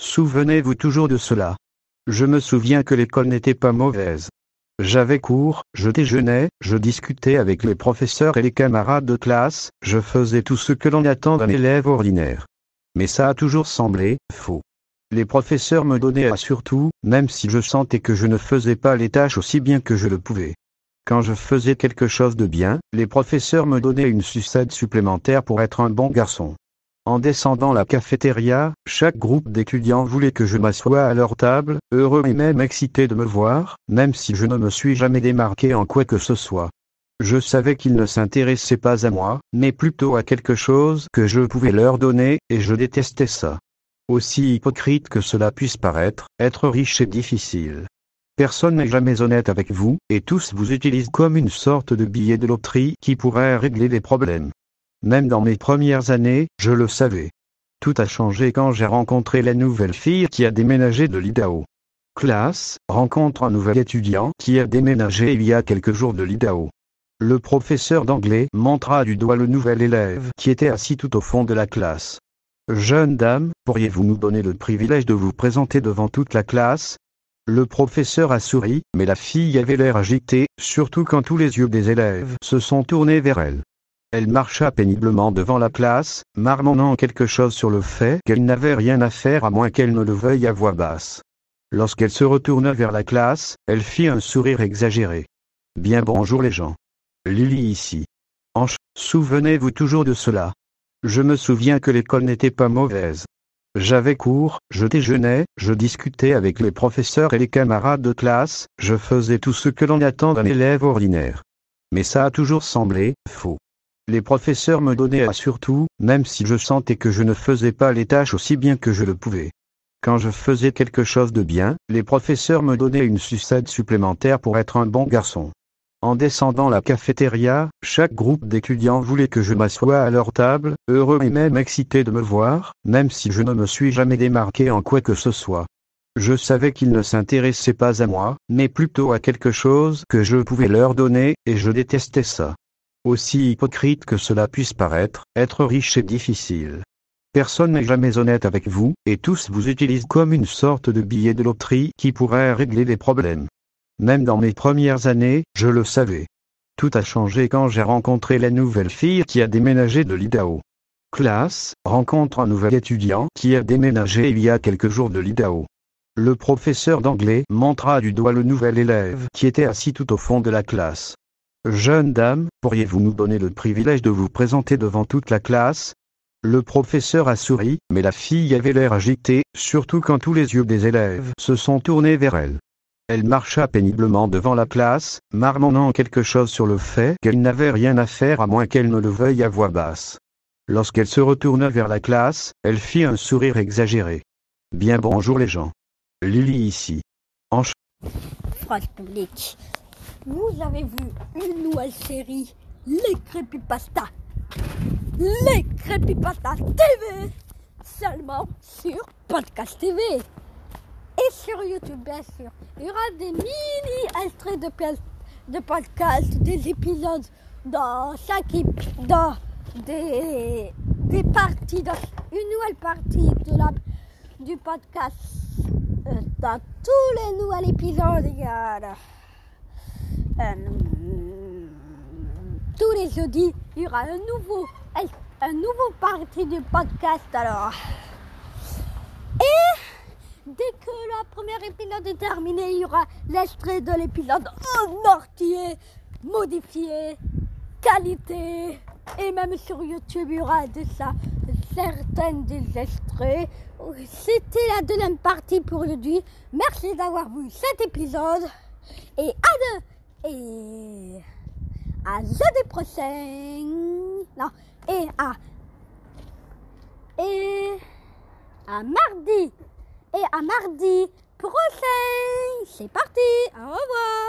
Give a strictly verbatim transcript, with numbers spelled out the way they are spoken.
Souvenez-vous toujours de cela. Je me souviens que l'école n'était pas mauvaise. J'avais cours, je déjeunais, je discutais avec les professeurs et les camarades de classe, je faisais tout ce que l'on attend d'un élève ordinaire. Mais ça a toujours semblé faux. Les professeurs me donnaient à surtout, même si je sentais que je ne faisais pas les tâches aussi bien que je le pouvais. Quand je faisais quelque chose de bien, les professeurs me donnaient une sucette supplémentaire pour être un bon garçon. En descendant la cafétéria, chaque groupe d'étudiants voulait que je m'assoie à leur table, heureux et même excités de me voir, même si je ne me suis jamais démarqué en quoi que ce soit. Je savais qu'ils ne s'intéressaient pas à moi, mais plutôt à quelque chose que je pouvais leur donner, et je détestais ça. Aussi hypocrite que cela puisse paraître, être riche est difficile. Personne n'est jamais honnête avec vous, et tous vous utilisent comme une sorte de billet de loterie qui pourrait régler les problèmes. Même dans mes premières années, je le savais. Tout a changé quand j'ai rencontré la nouvelle fille qui a déménagé de l'Idaho. Classe, rencontre un nouvel étudiant qui a déménagé il y a quelques jours de l'Idaho. Le professeur d'anglais montra du doigt le nouvel élève qui était assis tout au fond de la classe. Jeune dame, pourriez-vous nous donner le privilège de vous présenter devant toute la classe ? Le professeur a souri, mais la fille avait l'air agitée, surtout quand tous les yeux des élèves se sont tournés vers elle. Elle marcha péniblement devant la classe, marmonnant quelque chose sur le fait qu'elle n'avait rien à faire à moins qu'elle ne le veuille à voix basse. Lorsqu'elle se retourna vers la classe, elle fit un sourire exagéré. « Bien bonjour les gens. Lily ici. En ch... Souvenez-vous toujours de cela. Je me souviens que l'école n'était pas mauvaise. J'avais cours, je déjeunais, je discutais avec les professeurs et les camarades de classe, je faisais tout ce que l'on attend d'un élève ordinaire. Mais ça a toujours semblé faux. Les professeurs me donnaient à surtout, même si je sentais que je ne faisais pas les tâches aussi bien que je le pouvais. Quand je faisais quelque chose de bien, les professeurs me donnaient une sucette supplémentaire pour être un bon garçon. En descendant la cafétéria, chaque groupe d'étudiants voulait que je m'assoie à leur table, heureux et même excités de me voir, même si je ne me suis jamais démarqué en quoi que ce soit. Je savais qu'ils ne s'intéressaient pas à moi, mais plutôt à quelque chose que je pouvais leur donner, et je détestais ça. Aussi hypocrite que cela puisse paraître, être riche est difficile. Personne n'est jamais honnête avec vous, et tous vous utilisent comme une sorte de billet de loterie qui pourrait régler les problèmes. Même dans mes premières années, je le savais. Tout a changé quand j'ai rencontré la nouvelle fille qui a déménagé de l'Idaho. Classe, rencontre un nouvel étudiant qui a déménagé il y a quelques jours de l'Idaho. Le professeur d'anglais montra du doigt le nouvel élève qui était assis tout au fond de la classe. Jeune dame, pourriez-vous nous donner le privilège de vous présenter devant toute la classe ? Le professeur a souri, mais la fille avait l'air agitée, surtout quand tous les yeux des élèves se sont tournés vers elle. Elle marcha péniblement devant la classe, marmonnant quelque chose sur le fait qu'elle n'avait rien à faire à moins qu'elle ne le veuille à voix basse. Lorsqu'elle se retourna vers la classe, elle fit un sourire exagéré. « Bien bonjour les gens. Lily ici. En ch... » France publique. Vous avez vu une nouvelle série, Les Creepypasta. Les Creepypasta T V, seulement sur Podcast T V. Et sur YouTube, bien sûr. Il y aura des mini-extraits de, pièces, de podcast, des épisodes dans chaque ép- dans des, des parties, dans une nouvelle partie de la, du podcast. Euh, dans tous les nouveaux épisodes, il y a euh, tous les jeudis, il y aura un nouveau, un nouveau partie du podcast. Alors, et dès que le premier épisode est terminé, il y aura l'extrait de l'épisode en entier, modifié, qualité, et même sur YouTube, il y aura de ça, certains des extraits. C'était la deuxième partie pour aujourd'hui. Merci d'avoir vu cet épisode, et à deux, et à jeudi prochain, non, et à, et à mardi. Et à mardi prochain, c'est parti, au revoir.